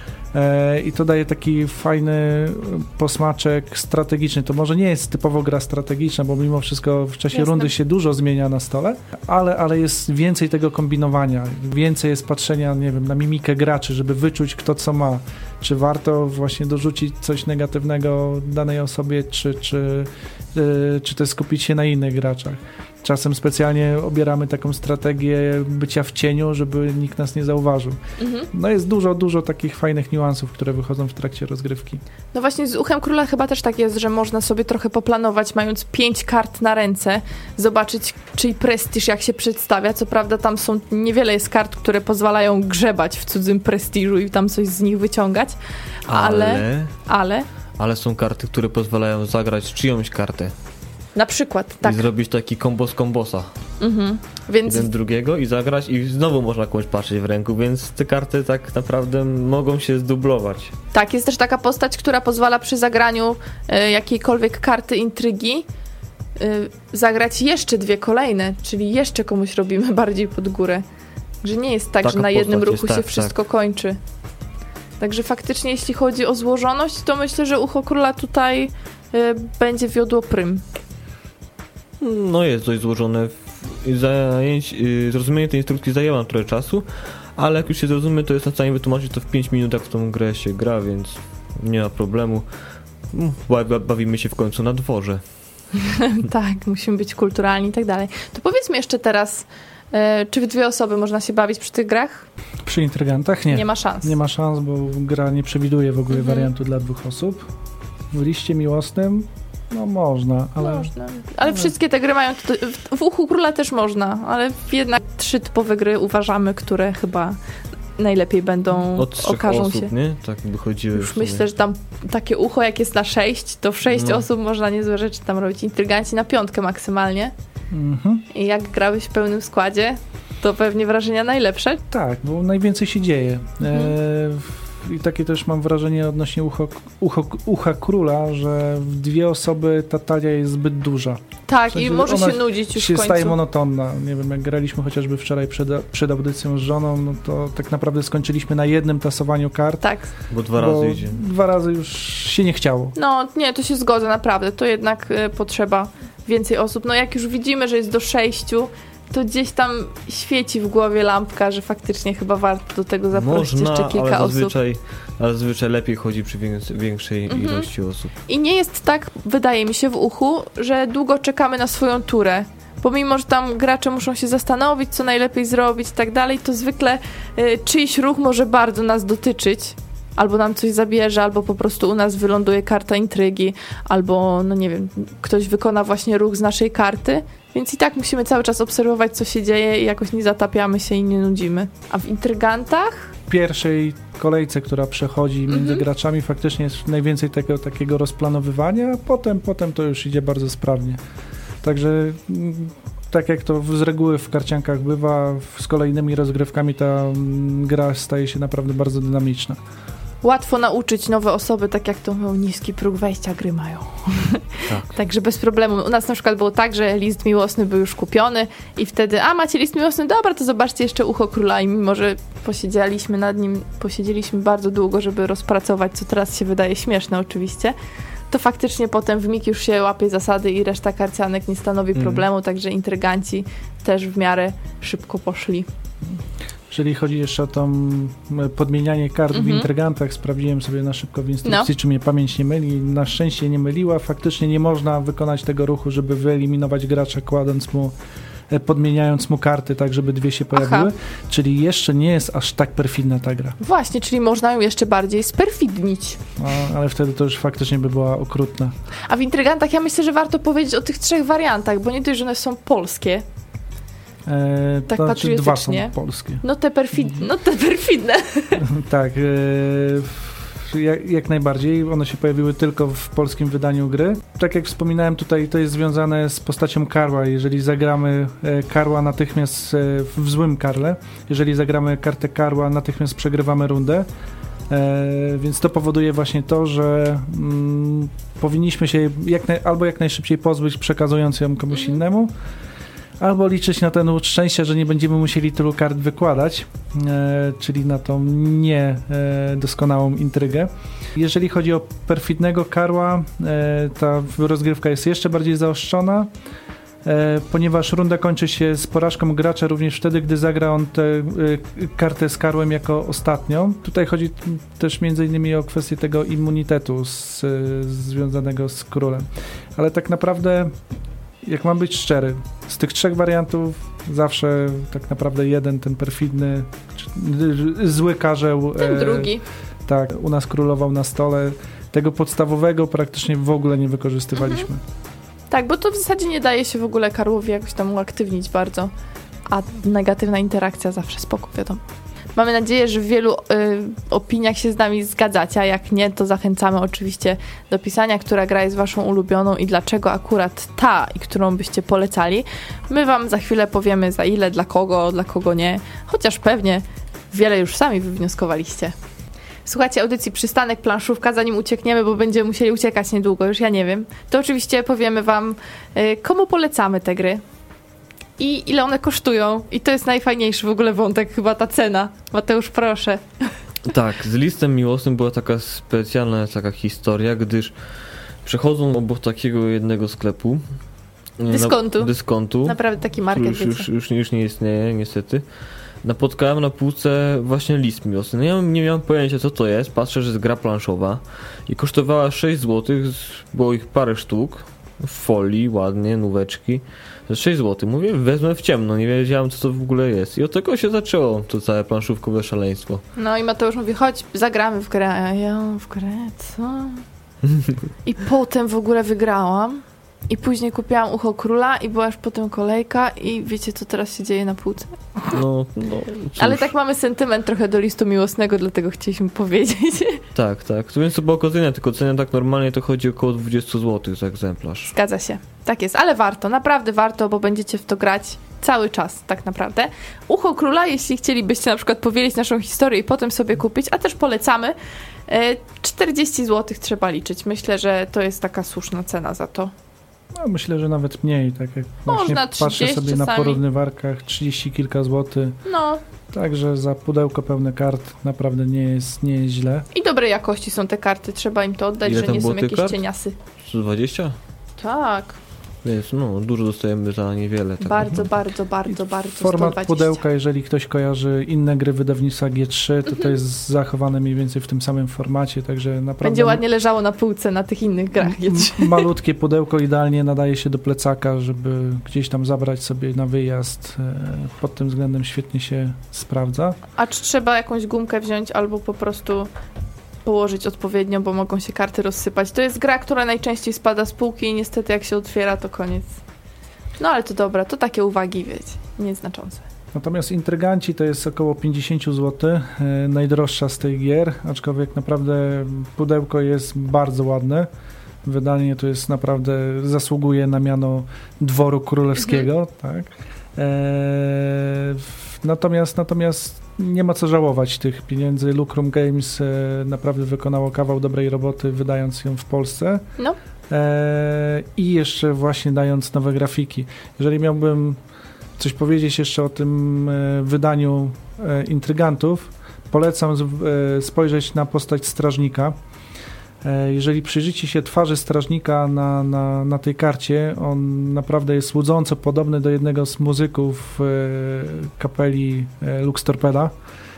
I to daje taki fajny posmaczek strategiczny. To może nie jest typowo gra strategiczna, bo mimo wszystko w czasie Jasne. rundy się dużo zmienia na stole, ale, ale jest więcej tego kombinowania, więcej jest patrzenia, nie wiem, na mimikę graczy, żeby wyczuć, kto co ma. Czy warto właśnie dorzucić coś negatywnego danej osobie, czy, czy, yy, czy też skupić się na innych graczach. Czasem specjalnie obieramy taką strategię bycia w cieniu, żeby nikt nas nie zauważył. Mhm. No jest dużo, dużo takich fajnych niuansów, które wychodzą w trakcie rozgrywki. No właśnie z Uchem Króla chyba też tak jest, że można sobie trochę poplanować, mając pięć kart na ręce, zobaczyć czyj prestiż jak się przedstawia. Co prawda tam są, niewiele jest kart, które pozwalają grzebać w cudzym prestiżu i tam coś z nich wyciągać, ale... Ale, ale ale są karty, które pozwalają zagrać czyjąś kartę. na przykład, tak. I zrobić taki kombo z kombosa. Mhm. Więc Jeden drugiego i zagrać i znowu można komuś patrzeć w ręku, więc te karty tak naprawdę mogą się zdublować. tak, jest też taka postać, która pozwala przy zagraniu y, jakiejkolwiek karty intrygi y, zagrać jeszcze dwie kolejne, czyli jeszcze komuś robimy bardziej pod górę. Że nie jest tak, Taka że na jednym postać ruchu jest, się tak, wszystko kończy. Także faktycznie, jeśli chodzi o złożoność, to myślę, że Ucho Króla tutaj y, będzie wiodło prym. No jest dość złożone. Zajęć, yy, zrozumienie tej instrukcji zajęło nam trochę czasu, ale jak już się zrozumie, to jest na stanie wytłumaczyć to w pięć minut, jak w tą grę się gra, więc nie ma problemu. Ba- bawimy się w końcu na dworze. Tak, musimy być kulturalni i tak dalej. To powiedzmy jeszcze teraz, y, czy w dwie osoby można się bawić przy tych grach? Przy intrygantach nie. Nie ma szans. Nie ma szans, bo gra nie przewiduje w ogóle Mhm. wariantu dla dwóch osób. W liście miłosnym no można, ale Można. Ale ale- wszystkie te gry mają... To, w, w Uchu Króla też można, ale jednak trzy typowe gry uważamy, które chyba najlepiej będą, Od trzech okażą osób, się. nie? Tak wychodziły. Już w sumie. myślę, że tam takie ucho jak jest na sześć, to w sześć No. osób można niezłe rzeczy tam robić. Intryganci na piątkę maksymalnie. mhm. I jak grałeś w pełnym składzie, to pewnie wrażenia najlepsze. Tak, bo najwięcej się dzieje. Mhm. E, I takie też mam wrażenie odnośnie ucho, ucho, Ucha Króla, że w dwie osoby ta talia jest zbyt duża. Tak, W sensie i może ona się nudzić już się w końcu. staje monotonna. Nie wiem, jak graliśmy chociażby wczoraj przed, przed audycją z żoną, no to tak naprawdę skończyliśmy na jednym tasowaniu kart. Tak. Bo dwa bo razy idzie. Dwa razy już się nie chciało. No nie, to się zgodzę, naprawdę. To jednak y, potrzeba więcej osób. No jak już widzimy, że jest do sześciu, to gdzieś tam świeci w głowie lampka, że faktycznie chyba warto do tego zaprosić Można, jeszcze kilka ale osób. zazwyczaj, ale zazwyczaj lepiej chodzi przy większej mhm. ilości osób. I nie jest tak, wydaje mi się, w uchu, że długo czekamy na swoją turę. Pomimo, że tam gracze muszą się zastanowić, co najlepiej zrobić i tak dalej, to zwykle y, czyjś ruch może bardzo nas dotyczyć. Albo nam coś zabierze, albo po prostu u nas wyląduje karta intrygi, albo, no nie wiem, ktoś wykona właśnie ruch z naszej karty, więc i tak musimy cały czas obserwować, co się dzieje i jakoś nie zatapiamy się i nie nudzimy. A w intrygantach? W pierwszej kolejce, która przechodzi między mm-hmm. graczami, faktycznie jest najwięcej tego takiego rozplanowywania, a potem, potem to już idzie bardzo sprawnie. Także tak jak to z reguły w karciankach bywa, z kolejnymi rozgrywkami ta gra staje się naprawdę bardzo dynamiczna. Łatwo nauczyć nowe osoby, tak jak to no, niski próg wejścia gry mają. Tak. Także bez problemu. U nas na przykład było tak, że list miłosny był już kupiony i wtedy, a macie list miłosny? Dobra, to zobaczcie jeszcze Ucho Króla i mimo, że posiedzieliśmy nad nim, posiedzieliśmy bardzo długo, żeby rozpracować, co teraz się wydaje śmieszne oczywiście, to faktycznie potem w mig już się łapie zasady i reszta karcianek nie stanowi mm. problemu, także intryganci też w miarę szybko poszli. Jeżeli chodzi jeszcze o to podmienianie kart mm-hmm. w intrygantach, sprawdziłem sobie na szybko w instrukcji, no. czy mnie pamięć nie myli. Na szczęście nie myliła. Faktycznie nie można wykonać tego ruchu, żeby wyeliminować gracza, kładąc mu, podmieniając mu karty, tak żeby dwie się pojawiły. Aha. Czyli jeszcze nie jest aż tak perfidna ta gra. Właśnie, czyli można ją jeszcze bardziej sperfidnić. No, ale wtedy to już faktycznie by była okrutna. A w intrygantach ja myślę, że warto powiedzieć o tych trzech wariantach, bo nie dość, że one są polskie. E, tak to patriotycznie. Dwa są polskie. No te, perfid, no te perfidne. tak. E, jak, jak najbardziej. One się pojawiły tylko w polskim wydaniu gry. Tak jak wspominałem tutaj, to jest związane z postacią Karła. Jeżeli zagramy e, Karła natychmiast e, w złym Karle, jeżeli zagramy kartę Karła, natychmiast przegrywamy rundę. E, więc to powoduje właśnie to, że mm, powinniśmy się jak naj, albo jak najszybciej pozbyć, przekazując ją komuś mm. innemu, albo liczyć na ten łód szczęścia, że nie będziemy musieli tylu kart wykładać, e, czyli na tą nie e, doskonałą intrygę. Jeżeli chodzi o perfidnego Karła, e, ta rozgrywka jest jeszcze bardziej zaostrzona, e, ponieważ runda kończy się z porażką gracza również wtedy, gdy zagra on tę e, kartę z Karłem jako ostatnią. Tutaj chodzi też między innymi o kwestię tego immunitetu z, z, związanego z królem. Ale tak naprawdę, jak mam być szczery, z tych trzech wariantów zawsze tak naprawdę jeden, ten perfidny, zły karzeł. Ten e, drugi. Tak, u nas królował na stole. Tego podstawowego praktycznie w ogóle nie wykorzystywaliśmy. Mhm. Tak, bo to w zasadzie nie daje się w ogóle Karłowi jakoś tam uaktywnić bardzo, a negatywna interakcja zawsze spoko, wiadomo. Mamy nadzieję, że w wielu y, opiniach się z nami zgadzacie, a jak nie, to zachęcamy oczywiście do pisania, która gra jest waszą ulubioną i dlaczego akurat ta, i którą byście polecali. My wam za chwilę powiemy za ile, dla kogo, dla kogo nie, chociaż pewnie wiele już sami wywnioskowaliście. Słuchajcie audycji Przystanek Planszówka, zanim uciekniemy, bo będziemy musieli uciekać niedługo, już ja nie wiem, to oczywiście powiemy wam, y, komu polecamy te gry. I ile one kosztują. I to jest najfajniejszy w ogóle wątek, chyba ta cena. Mateusz, proszę. Tak, z listem miłosnym była taka specjalna taka historia, gdyż przechodzą obok takiego jednego sklepu. Dyskontu. Na, dyskontu. Naprawdę taki market, już, już, już, już nie istnieje, niestety. Napotkałem na półce właśnie list miłosny. No ja nie miałem pojęcia, co to jest. Patrzę, że jest gra planszowa i kosztowała sześć złotych. Było ich parę sztuk. W folii, ładnie, nóweczki. Za sześć złotych. Mówię, wezmę w ciemno, nie wiedziałem, co to w ogóle jest. I od tego się zaczęło to całe planszówkowe szaleństwo. No i Mateusz mówi, chodź, zagramy w grę. A ja w grę, co? I potem w ogóle wygrałam. I później kupiłam Ucho Króla i była już potem kolejka i wiecie, co teraz się dzieje na półce? No, no cóż. Ale tak mamy sentyment trochę do listu miłosnego, dlatego chcieliśmy powiedzieć. Tak, tak. To więc to była cena, tylko cena tak normalnie to chodzi około dwadzieścia złotych za egzemplarz. Zgadza się. Tak jest, ale warto, naprawdę warto, bo będziecie w to grać cały czas, tak naprawdę. Ucho Króla, jeśli chcielibyście na przykład powiedzieć naszą historię i potem sobie kupić, a też polecamy, czterdzieści złotych trzeba liczyć. Myślę, że to jest taka słuszna cena za to. No, myślę, że nawet mniej, tak jak właśnie patrzę sobie czasami na porównywarkach, trzydzieści kilka złotych. No. Także za pudełko pełne kart naprawdę nie jest, nie jest źle. I dobrej jakości są te karty, trzeba im to oddać, ile że nie są jakieś kart? cieniasy. sto dwadzieścia? Tak. Więc no, dużo dostajemy za niewiele. Tak bardzo, no. bardzo, bardzo, bardzo. Format sto dwadzieścia. pudełka, jeżeli ktoś kojarzy inne gry wydawnictwa G trzy, to Mhm. to jest zachowane mniej więcej w tym samym formacie, także naprawdę... Będzie ładnie leżało na półce na tych innych grach. m- malutkie pudełko idealnie nadaje się do plecaka, żeby gdzieś tam zabrać sobie na wyjazd. E, Pod tym względem świetnie się sprawdza. A czy trzeba jakąś gumkę wziąć albo po prostu położyć odpowiednio, bo mogą się karty rozsypać. To jest gra, która najczęściej spada z półki i niestety jak się otwiera, to koniec. No ale to dobra, to takie uwagi, wiecie, nieznaczące. Natomiast Intryganci to jest około pięćdziesiąt złotych, e, najdroższa z tych gier, aczkolwiek naprawdę pudełko jest bardzo ładne. Wydanie to jest naprawdę, zasługuje na miano dworu królewskiego, tak. E, w- natomiast, natomiast nie ma co żałować tych pieniędzy. Lucrum Games e, naprawdę wykonało kawał dobrej roboty, wydając ją w Polsce. No. E, I jeszcze właśnie dając nowe grafiki. Jeżeli miałbym coś powiedzieć jeszcze o tym e, wydaniu e, Intrygantów, polecam z, e, spojrzeć na postać strażnika. E, jeżeli przyjrzycie się twarzy strażnika na, na, na tej karcie, on naprawdę jest łudząco podobny do jednego z muzyków e, kapeli e, Lux Torpeda,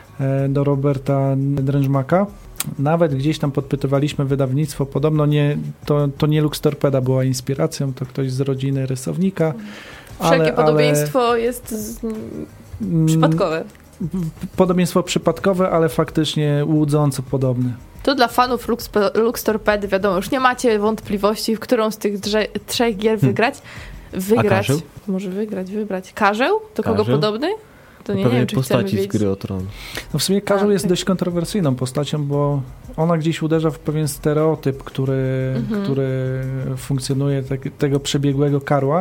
e, do Roberta Drężmaka. Nawet gdzieś tam podpytywaliśmy wydawnictwo, podobno nie, to, to nie Lux Torpeda była inspiracją, to ktoś z rodziny rysownika. Wszelkie ale- podobieństwo ale, jest z... mm, przypadkowe. Podobieństwo przypadkowe, ale faktycznie łudząco podobne. To dla fanów Lux, Lux Torpedy, wiadomo, już nie macie wątpliwości, w którą z tych drze- trzech gier wygrać. Wygrać. Karzeł? Może wygrać, wybrać. Karzeł? Do kogo Karzeł? podobny? To nie, nie Pewnie wiem, czy chcemy postaci z wiedzieć. gry o Tron. No w sumie Karzeł A, jest tak. dość kontrowersyjną postacią, bo ona gdzieś uderza w pewien stereotyp, który, Mhm. który funkcjonuje, tak, tego przebiegłego karła.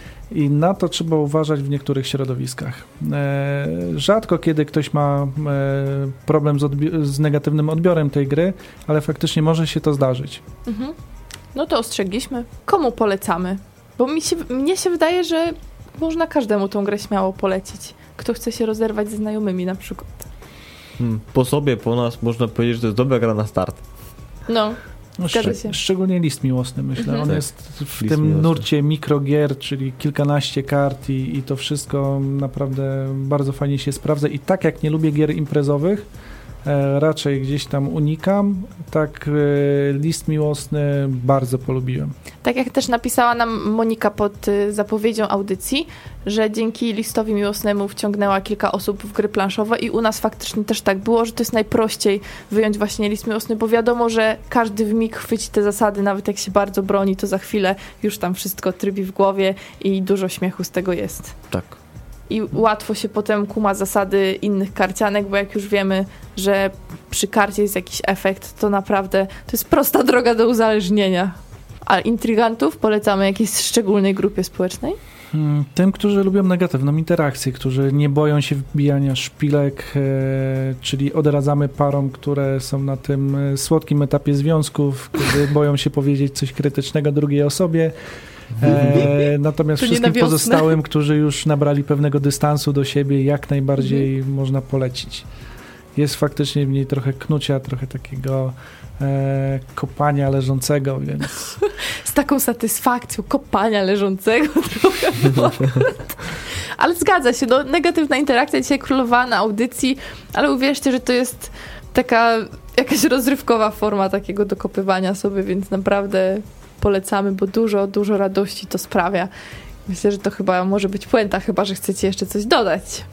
I na to trzeba uważać w niektórych środowiskach. E, rzadko kiedy ktoś ma e, problem z, odbi- z negatywnym odbiorem tej gry, ale faktycznie może się to zdarzyć. Mhm. No to ostrzegliśmy. Komu polecamy? Bo mi się, mnie się wydaje, że można każdemu tą grę śmiało polecić. Kto chce się rozerwać ze znajomymi na przykład. Hmm. Po sobie, po nas można powiedzieć, że to jest dobra gra na start. No, No, Zgadza szcz- się. szczególnie list miłosny, myślę. Mhm. On Tak. jest w List tym miłosny. nurcie mikrogier, czyli kilkanaście kart i, i to wszystko naprawdę bardzo fajnie się sprawdza. I tak jak nie lubię gier imprezowych, e, raczej gdzieś tam unikam, tak e, list miłosny bardzo polubiłem. tak jak też napisała nam Monika pod y, zapowiedzią audycji, że dzięki listowi miłosnemu wciągnęła kilka osób w gry planszowe i u nas faktycznie też tak było, że to jest najprościej wyjąć właśnie list miłosny, bo wiadomo, że każdy w mig chwyci te zasady, nawet jak się bardzo broni, to za chwilę już tam wszystko trybi w głowie i dużo śmiechu z tego jest. Tak. I łatwo się potem kuma zasady innych karcianek, bo jak już wiemy, że przy karcie jest jakiś efekt, to naprawdę to jest prosta droga do uzależnienia. A intrygantów polecamy jakiejś szczególnej grupie społecznej? Mm, Tym, którzy lubią negatywną interakcję, którzy nie boją się wbijania szpilek, e, czyli odradzamy parom, które są na tym e, słodkim etapie związków, kiedy boją się powiedzieć coś krytycznego drugiej osobie. E, natomiast To nie wszystkim na wiosnę. pozostałym, którzy już nabrali pewnego dystansu do siebie, jak najbardziej Mhm. można polecić. Jest faktycznie w niej trochę knucia, trochę takiego e, kopania leżącego, więc Z taką satysfakcją kopania leżącego trochę. Ale zgadza się, no, negatywna interakcja dzisiaj królowała na audycji, ale uwierzcie, że to jest taka jakaś rozrywkowa forma takiego dokopywania sobie, więc naprawdę polecamy, bo dużo, dużo radości to sprawia. Myślę, że to chyba może być puenta, chyba że chcecie jeszcze coś dodać.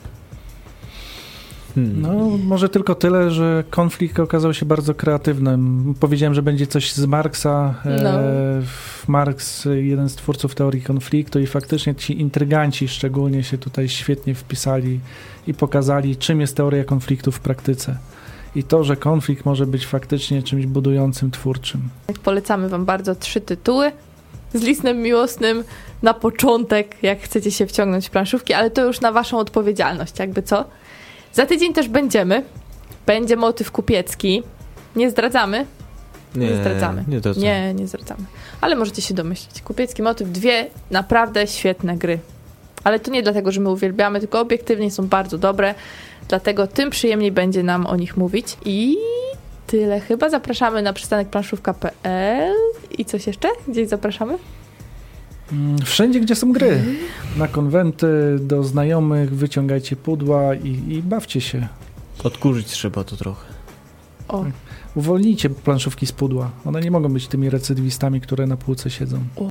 Hmm. no może tylko tyle, że konflikt okazał się bardzo kreatywnym. Powiedziałem, że będzie coś z Marksa. No. E, Marx, jeden z twórców teorii konfliktu i faktycznie ci intryganci szczególnie się tutaj świetnie wpisali i pokazali, czym jest teoria konfliktu w praktyce. I to, że konflikt może być faktycznie czymś budującym, twórczym. Polecamy wam bardzo trzy tytuły z listem miłosnym na początek, jak chcecie się wciągnąć w planszówki, ale to już na waszą odpowiedzialność, jakby co. Za tydzień też będziemy. Będzie motyw kupiecki. Nie zdradzamy? Nie zdradzamy. Nie, to co? Nie, nie zdradzamy. Ale możecie się domyślić. Kupiecki motyw, dwie naprawdę świetne gry. Ale to nie dlatego, że my uwielbiamy, tylko obiektywnie są bardzo dobre. Dlatego tym przyjemniej będzie nam o nich mówić. I tyle chyba. Zapraszamy na przystanek planszówka kropka pe el. I coś jeszcze? Gdzieś zapraszamy? Wszędzie, gdzie są gry. Na konwenty, do znajomych, wyciągajcie pudła i, i bawcie się. Odkurzyć trzeba to trochę. O. Uwolnijcie planszówki z pudła. One nie mogą być tymi recydywistami, które na półce siedzą. O,